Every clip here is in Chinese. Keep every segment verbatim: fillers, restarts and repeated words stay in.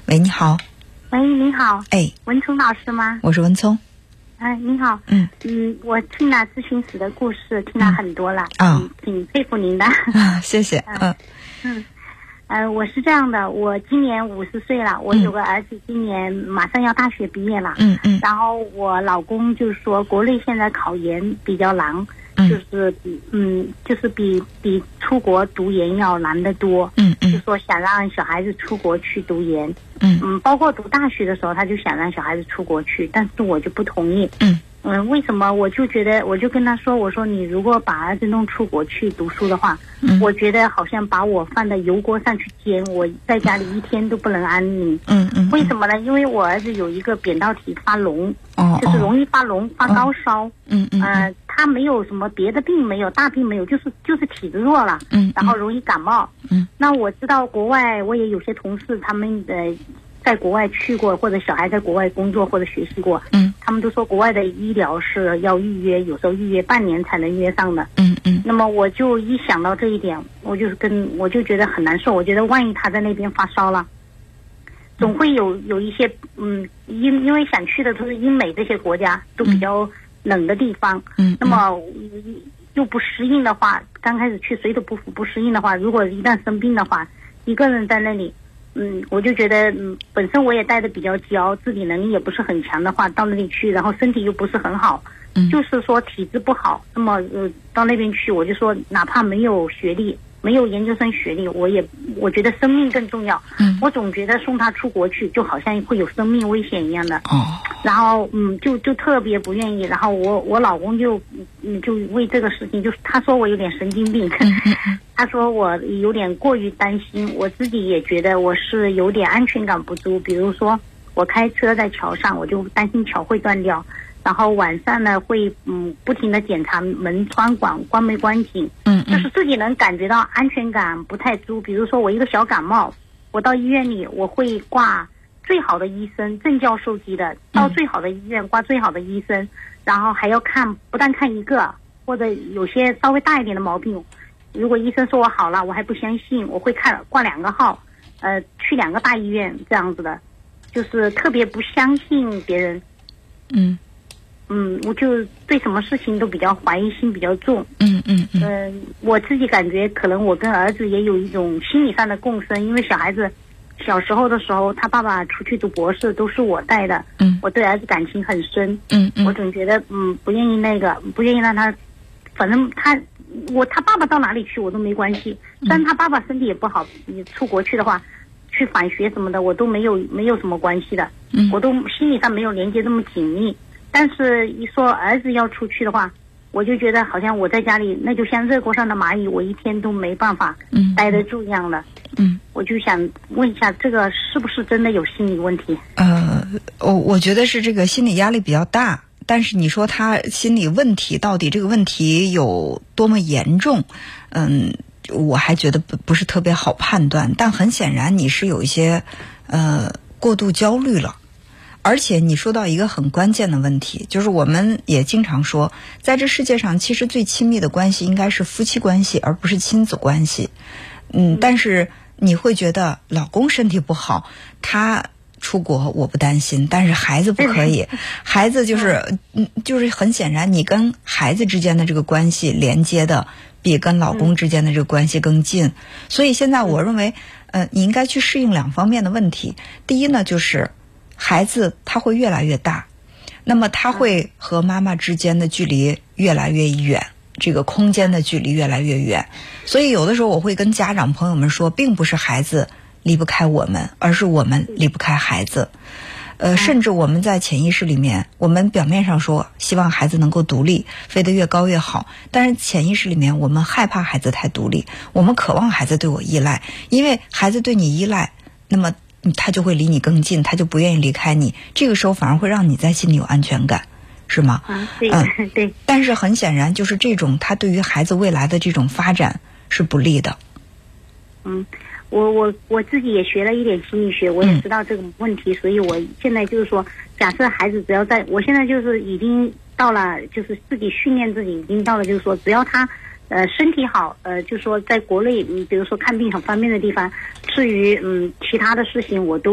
喂，你好。 喂，你好。 哎， 文聪老师吗？ 我是文聪。 哎，你好。 嗯嗯，我听了咨询室的故事，听了很多了。 啊、 嗯，挺佩服您的。 啊，谢谢。嗯嗯，呃，我是这样的，我今年五十岁了，我有个儿子，今年马上要大学毕业了。 嗯嗯。 然后我老公就是说，国内现在考研比较难。 嗯、 就是比嗯，就是比比出国读研要难得多。 嗯嗯。 就说想让小孩子出国去读研。 嗯嗯，包括读大学的时候，他就想让小孩子出国去，但是我就不同意。 嗯嗯，为什么？我就觉得，我就跟他说，我说你如果把儿子弄出国去读书的话， 嗯， 我觉得好像把我放在油锅上去煎，我在家里一天都不能安宁。 嗯嗯。 为什么呢？因为我儿子有一个扁桃体发脓。 哦。 就是容易发脓、发高烧。 嗯嗯。 呃，他没有什么别的病，没有大病没有，就是就是体质弱了。 嗯。 然后容易感冒。 嗯。 那我知道国外，我也有些同事，他们呃在国外去过，或者小孩在国外工作或者学习过。 嗯。 他们都说国外的医疗是要预约，有时候预约半年才能约上的。 嗯嗯。 那么我就一想到这一点，我就是跟我就觉得很难受。我觉得万一他在那边发烧了，总会有有一些嗯，因因为想去的都是英美这些国家，都比较冷的地方。 嗯。 那么又不适应的话，刚开始去水土不服不适应的话，如果一旦生病的话，一个人在那里。嗯，我就觉得，嗯，本身我也带的比较娇，自理能力也不是很强的话，到那里去，然后身体又不是很好， 嗯， 就是说体质不好，那么呃，到那边去，我就说，哪怕没有学历，没有研究生学历，我也我觉得生命更重要。 嗯， 我总觉得送他出国去，就好像会有生命危险一样的。 哦。 然后嗯，就就特别不愿意。然后我我老公就嗯就为这个事情，就是他说我有点神经病。 嗯嗯他说我有点过于担心，我自己也觉得我是有点安全感不足。比如说我开车在桥上，我就担心桥会断掉，然后晚上呢会嗯不停的检查门窗管关没关紧。 嗯嗯。 就是自己能感觉到安全感不太足。比如说我一个小感冒，我到医院里我会挂最好的医生，正教授级的，到最好的医院挂最好的医生，然后还要看不但看一个，或者有些稍微大一点的毛病，如果医生说我好了，我还不相信，我会看挂两个号，呃，去两个大医院这样子的，就是特别不相信别人。 嗯嗯，我就对什么事情都比较怀疑心比较重。 嗯嗯嗯。 呃，我自己感觉可能我跟儿子也有一种心理上的共生，因为小孩子小时候的时候，他爸爸出去读博士都是我带的。 嗯。 我对儿子感情很深。 嗯嗯。 我总觉得嗯不愿意那个，不愿意让他，反正他。我他爸爸到哪里去我都没关系，虽然他爸爸身体也不好，你出国去的话，去返学什么的我都没有没有什么关系的。 嗯， 我都心理上没有连接这么紧密。但是一说儿子要出去的话，我就觉得好像我在家里那就像热锅上的蚂蚁，我一天都没办法待得住一样的。 嗯， 我就想问一下，这个是不是真的有心理问题？ 呃，我我觉得是这个心理压力比较大。但是你说他心理问题到底这个问题有多么严重，嗯，我还觉得不不是特别好判断。但很显然你是有一些呃过度焦虑了，而且你说到一个很关键的问题，就是我们也经常说，在这世界上其实最亲密的关系应该是夫妻关系，而不是亲子关系。嗯，但是你会觉得老公身体不好，他出国我不担心，但是孩子不可以。孩子就是嗯，就是很显然你跟孩子之间的这个关系连接的比跟老公之间的这个关系更近。所以现在我认为呃，你应该去适应两方面的问题。第一呢，就是孩子他会越来越大，那么他会和妈妈之间的距离越来越远，这个空间的距离越来越远。所以有的时候我会跟家长朋友们说，并不是孩子离不开我们，而是我们离不开孩子。呃，甚至我们在潜意识里面，我们表面上说希望孩子能够独立，飞得越高越好，但是潜意识里面我们害怕孩子太独立，我们渴望孩子对我依赖，因为孩子对你依赖，那么他就会离你更近，他就不愿意离开你，这个时候反而会让你在心里有安全感，是吗？ 啊，对， 嗯， 对。 但是很显然，就是这种他对于孩子未来的这种发展是不利的。 嗯。我我我自己也学了一点心理学，我也知道这个问题，所以我现在就是说，假设孩子只要在，我现在就是已经到了，就是自己训练自己已经到了，就是说只要他呃身体好，呃就是说在国内，嗯，比如说看病很方便的地方，至于嗯其他的事情我都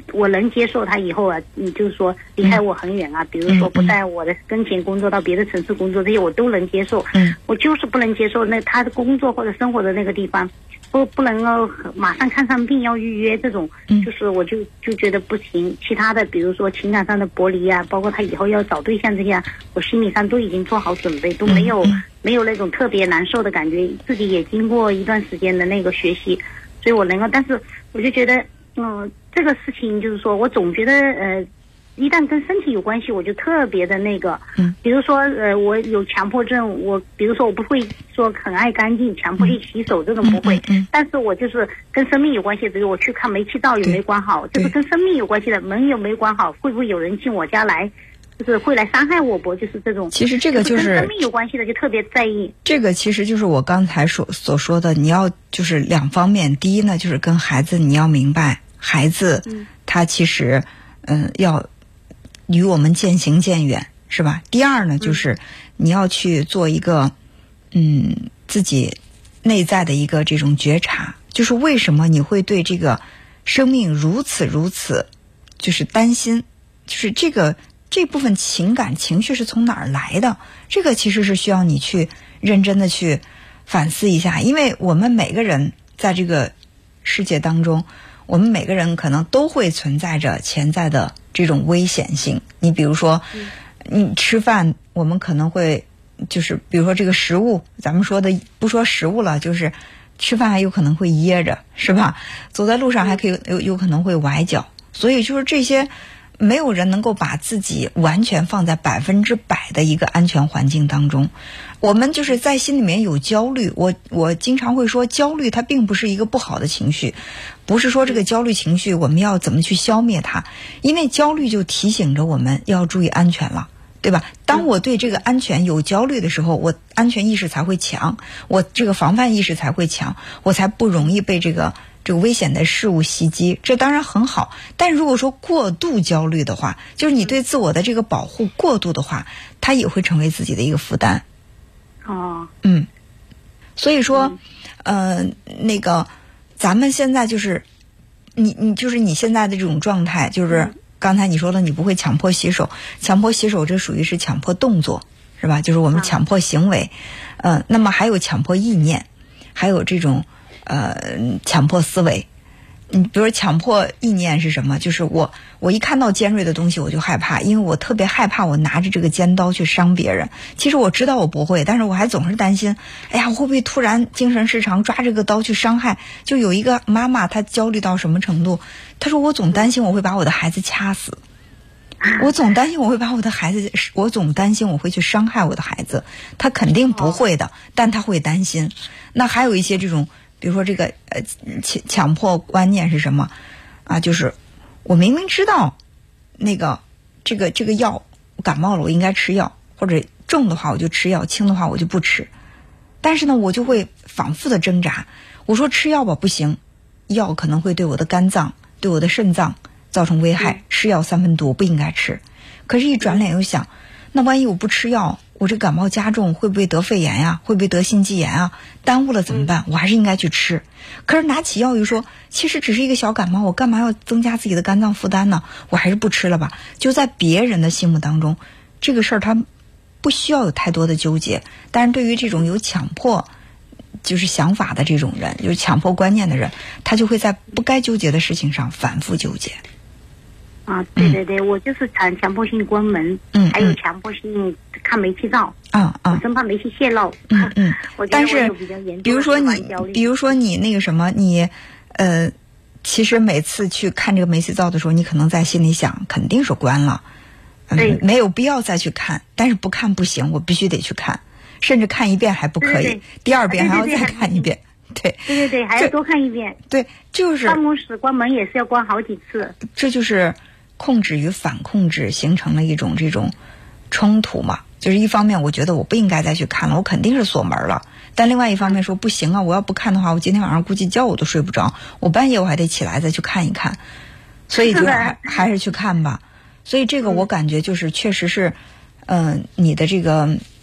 我能接受他以后啊，你就是说离开我很远啊，比如说不在我的跟前工作，到别的城市工作，这些我都能接受。 嗯， 我就是不能接受那他的工作或者生活的那个地方，不不能够马上看上病要预约这种，就是我就就觉得不行。其他的比如说情感上的剥离啊，包括他以后要找对象这些，我心理上都已经做好准备，都没有没有那种特别难受的感觉，自己也经过一段时间的那个学习，所以我能够，但是我就觉得，嗯、呃，这个事情就是说我总觉得，呃，一旦跟身体有关系，我就特别的那个， 嗯， 比如说，呃，我有强迫症，我比如说我不会说很爱干净，强迫去洗手这种不会， 嗯嗯嗯、 但是我就是跟生命有关系，比如我去看煤气灶有没有关好，就是跟生命有关系的门有没有关好，会不会有人进我家来。就是会来伤害我不？就是这种。 其实这个就是跟生命有关系的，就特别在意。 这个其实就是我刚才所所说的，你要就是两方面。第一呢，就是跟孩子你要明白，孩子、嗯、他其实嗯、呃、要与我们渐行渐远，是吧？第二呢，就是你要去做一个嗯自己内在的一个这种觉察，就是为什么你会对这个生命如此如此就是担心，就是这个。这部分情感情绪是从哪儿来的？这个其实是需要你去认真的去反思一下，因为我们每个人在这个世界当中，我们每个人可能都会存在着潜在的这种危险性。你比如说，你吃饭，我们可能会就是比如说这个食物，咱们说的不说食物了，就是吃饭还有可能会噎着，是吧？走在路上还可以有有可能会崴脚，所以就是这些。没有人能够把自己完全放在百分之百的一个安全环境当中。我们就是在心里面有焦虑，我我经常会说，焦虑它并不是一个不好的情绪，不是说这个焦虑情绪我们要怎么去消灭它，因为焦虑就提醒着我们要注意安全了，对吧？当我对这个安全有焦虑的时候，我安全意识才会强，我这个防范意识才会强，我才不容易被这个这个危险的事物袭击，这当然很好。但如果说过度焦虑的话，就是你对自我的这个保护过度的话，它也会成为自己的一个负担。 哦， 嗯，所以说，呃，那个，咱们现在就是，你你就是你现在的这种状态，就是刚才你说的，你不会强迫洗手，强迫洗手这属于是强迫动作，是吧？就是我们强迫行为，呃，那么还有强迫意念，还有这种。呃，强迫思维，你比如说强迫意念是什么？就是我我一看到尖锐的东西我就害怕，因为我特别害怕我拿着这个尖刀去伤别人。其实我知道我不会，但是我还总是担心，哎呀，我会不会突然精神失常抓这个刀去伤害？就有一个妈妈，她焦虑到什么程度？她说我总担心我会把我的孩子掐死，我总担心我会把我的孩子，我总担心我会去伤害我的孩子。她肯定不会的，但她会担心。那还有一些这种。比如说这个呃强强迫观念是什么啊？就是我明明知道那个这个这个药我感冒了我应该吃药，或者重的话我就吃药，轻的话我就不吃。但是呢，我就会反复的挣扎。我说吃药吧不行，药可能会对我的肝脏、对我的肾脏造成危害，吃药三分毒，不应该吃。可是，一转脸又想，那万一我不吃药？我这感冒加重，会不会得肺炎呀？会不会得心肌炎啊？耽误了怎么办？我还是应该去吃。可是拿起药又说，其实只是一个小感冒，我干嘛要增加自己的肝脏负担呢？我还是不吃了吧。就在别人的心目当中，这个事儿他不需要有太多的纠结。但是对于这种有强迫就是想法的这种人，就是强迫观念的人，他就会在不该纠结的事情上反复纠结。 啊，对对对，嗯、我就是强强迫性关门， 嗯， 还有强迫性看煤气灶， 啊啊， 我生怕煤气泄漏， 嗯嗯， 我但是比如说你，比如说你那个什么，你呃，其实每次去看这个煤气灶的时候，你可能在心里想，肯定是关了，嗯，没有必要再去看，但是不看不行，我必须得去看，甚至看一遍还不可以， 对对对第二遍还要再看一遍。对对对对，还要多看一遍。 对，就是办公室关门也是要关好几次。 这就是控制与反控制形成了一种这种冲突嘛。就是一方面我觉得我不应该再去看了，我肯定是锁门了。但另外一方面说不行啊，我要不看的话，我今天晚上估计觉我都睡不着，我半夜我还得起来再去看一看。所以就还还是去看吧。所以这个我感觉就是确实是，嗯、呃，你的这个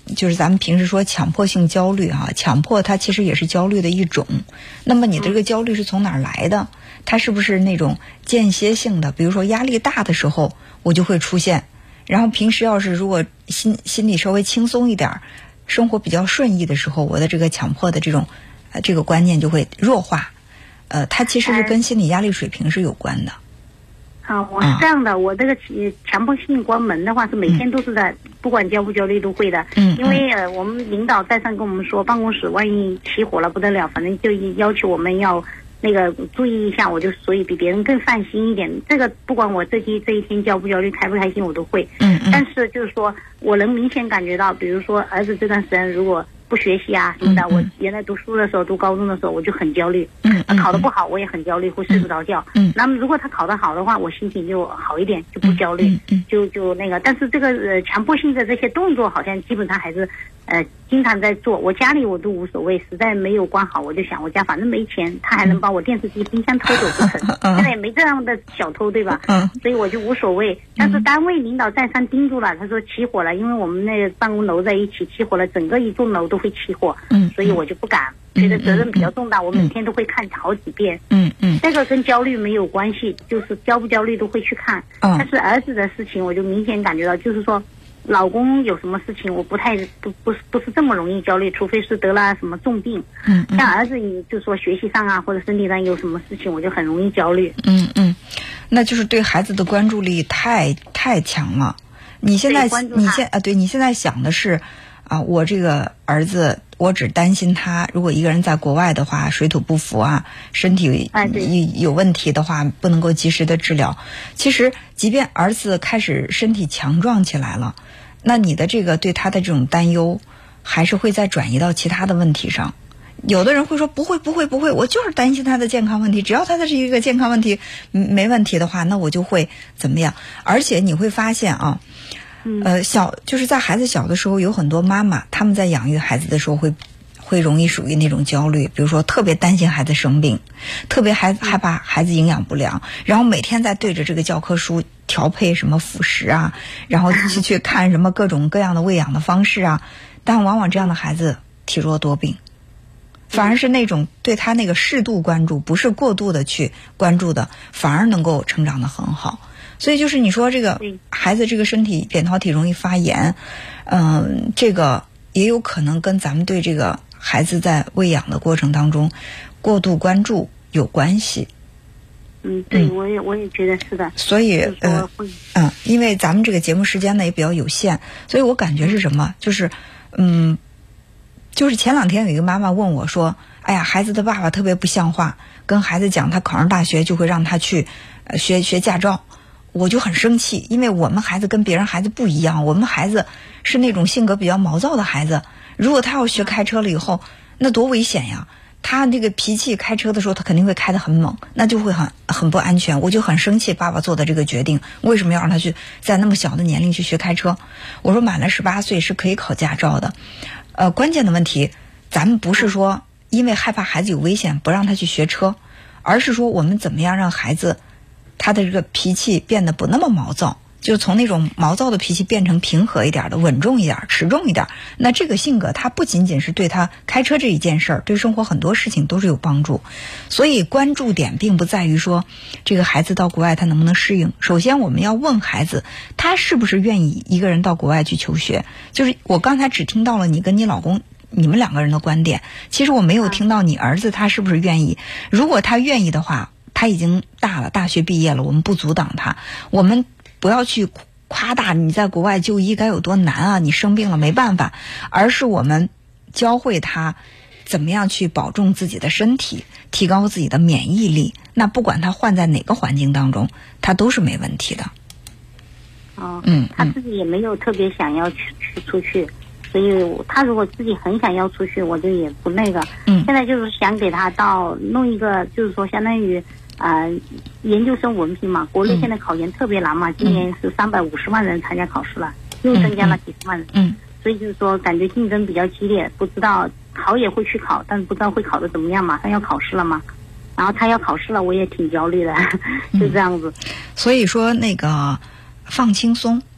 就是咱们平时说强迫性焦虑啊，强迫它其实也是焦虑的一种。那么你的这个焦虑是从哪儿来的？它是不是那种间歇性的？比如说压力大的时候我就会出现，然后平时要是如果心心里稍微轻松一点，生活比较顺意的时候，我的这个强迫的这种呃这个观念就会弱化。呃，它其实是跟心理压力水平是有关的。 啊，我是这样的，我这个强迫性关门的话是每天都是在，嗯、不管焦不焦虑都会的。嗯，因为呃，我们领导再三跟我们说，办公室万一起火了不得了，反正就要求我们要那个注意一下，我就所以比别人更放心一点。这个不管我这期这一天焦不焦虑、开不开心，我都会。嗯嗯。但是就是说，我能明显感觉到，比如说儿子这段时间如果不学习啊什么的，嗯嗯、我原来读书的时候，读高中的时候我就很焦虑，嗯嗯、考得不好我也很焦虑，会睡不着觉。嗯，那么如果他考得好的话，我心情就好一点，就不焦虑，嗯嗯、就就那个。但是这个呃强迫性的这些动作，好像基本上还是呃经常在做。我家里我都无所谓，实在没有关好，我就想我家反正没钱，他还能把我电视机、冰箱偷走不成？现在也没这样的小偷，对吧？嗯，所以我就无所谓。但是单位领导再三叮嘱了，他说起火了，因为我们那个办公楼在一起，起火了，整个一栋楼都会起火。嗯，所以我就不敢，觉得责任比较重大，我每天都会看好几遍。嗯嗯，这个跟焦虑没有关系，就是焦不焦虑都会去看。嗯，但是儿子的事情，我就明显感觉到，就是说，老公有什么事情，我不太不不是不是这么容易焦虑，除非是得了什么重病。嗯，像儿子，你就说学习上啊或者身体上有什么事情，我就很容易焦虑。 嗯嗯，那就是对孩子的关注力太太强了。你现在你现啊，对你现在想的是。啊，我这个儿子，我只担心他如果一个人在国外的话，水土不服啊，身体有问题的话，不能够及时的治疗。其实，即便儿子开始身体强壮起来了，那你的这个对他的这种担忧，还是会再转移到其他的问题上。有的人会说不会不会不会，我就是担心他的健康问题，只要他的这一个健康问题没问题的话，那我就会怎么样。而且你会发现啊。呃，小就是在孩子小的时候，有很多妈妈他们在养育孩子的时候会会容易属于那种焦虑，比如说特别担心孩子生病，特别害害怕孩子营养不良，然后每天在对着这个教科书调配什么辅食啊，然后去去看什么各种各样的喂养的方式啊，但往往这样的孩子体弱多病，反而是那种对他那个适度关注，不是过度的去关注的，反而能够成长得很好。所以就是你说这个孩子这个身体扁桃体容易发炎，嗯，这个也有可能跟咱们对这个孩子在喂养的过程当中过度关注有关系。 嗯，对，我也我也觉得是的。 所以呃嗯，因为咱们这个节目时间呢也比较有限，所以我感觉是什么？就是嗯，就是前两天有一个妈妈问我说：“哎呀，孩子的爸爸特别不像话，跟孩子讲他考上大学就会让他去呃学学驾照。”我就很生气，因为我们孩子跟别人孩子不一样，我们孩子是那种性格比较毛躁的孩子，如果他要学开车了以后，那多危险呀！他那个脾气开车的时候，他肯定会开得很猛，那就会很很不安全。我就很生气爸爸做的这个决定，为什么要让他去在那么小的年龄去学开车？我说满了十八岁是可以考驾照的，呃，关键的问题，咱们不是说因为害怕孩子有危险不让他去学车，而是说我们怎么样让孩子他的这个脾气变得不那么毛躁，就从那种毛躁的脾气变成平和一点的、稳重一点、持重一点。那这个性格，它不仅仅是对他开车这一件事儿，对生活很多事情都是有帮助。所以关注点并不在于说这个孩子到国外他能不能适应。首先，我们要问孩子，他是不是愿意一个人到国外去求学？就是我刚才只听到了你跟你老公你们两个人的观点，其实我没有听到你儿子他是不是愿意。如果他愿意的话，他已经大了，大学毕业了，我们不阻挡他。我们不要去夸大你在国外就医该有多难啊，你生病了没办法，而是我们教会他怎么样去保重自己的身体，提高自己的免疫力。那不管他换在哪个环境当中，他都是没问题的。 哦，嗯，他自己也没有特别想要去去出去。所以他如果自己很想要出去，我就也不那个。嗯，现在就是想给他到弄一个，就是说相当于呃研究生文凭嘛。国内现在考研特别难嘛，嗯、今年是三百五十万人参加考试了，又增加了几十万人。嗯，所以就是说感觉竞争比较激烈，不知道考也会去考，但是不知道会考得怎么样，马上要考试了嘛。然后他要考试了，我也挺焦虑的，就这样子。 所以说那个放轻松。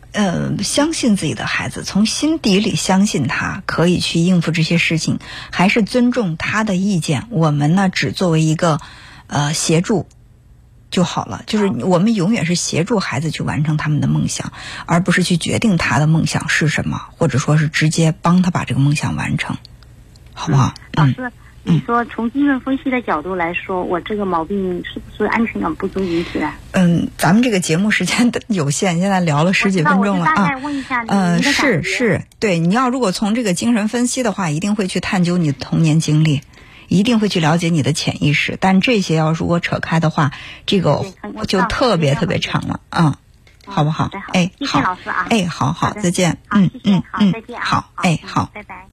呃，相信自己的孩子，从心底里相信他可以去应付这些事情，还是尊重他的意见。我们呢，只作为一个呃协助就好了，就是我们永远是协助孩子去完成他们的梦想，而不是去决定他的梦想是什么，或者说是直接帮他把这个梦想完成，好不好？ 嗯、老师。你说从精神分析的角度来说，我这个毛病是不是安全感不足引起的？ 嗯，咱们这个节目时间有限，现在聊了十几分钟了啊。 我大概问一下你嗯、呃， 的感觉。 是是，对，你要如果从这个精神分析的话，一定会去探究你的童年经历，一定会去了解你的潜意识。但这些要如果扯开的话，这个就特别特别长了啊、嗯，好不好？ 好哎， 谢谢老师啊。 哎，好好，再见。 好，谢谢，好， 嗯再见啊。 好，哎，好， 拜拜。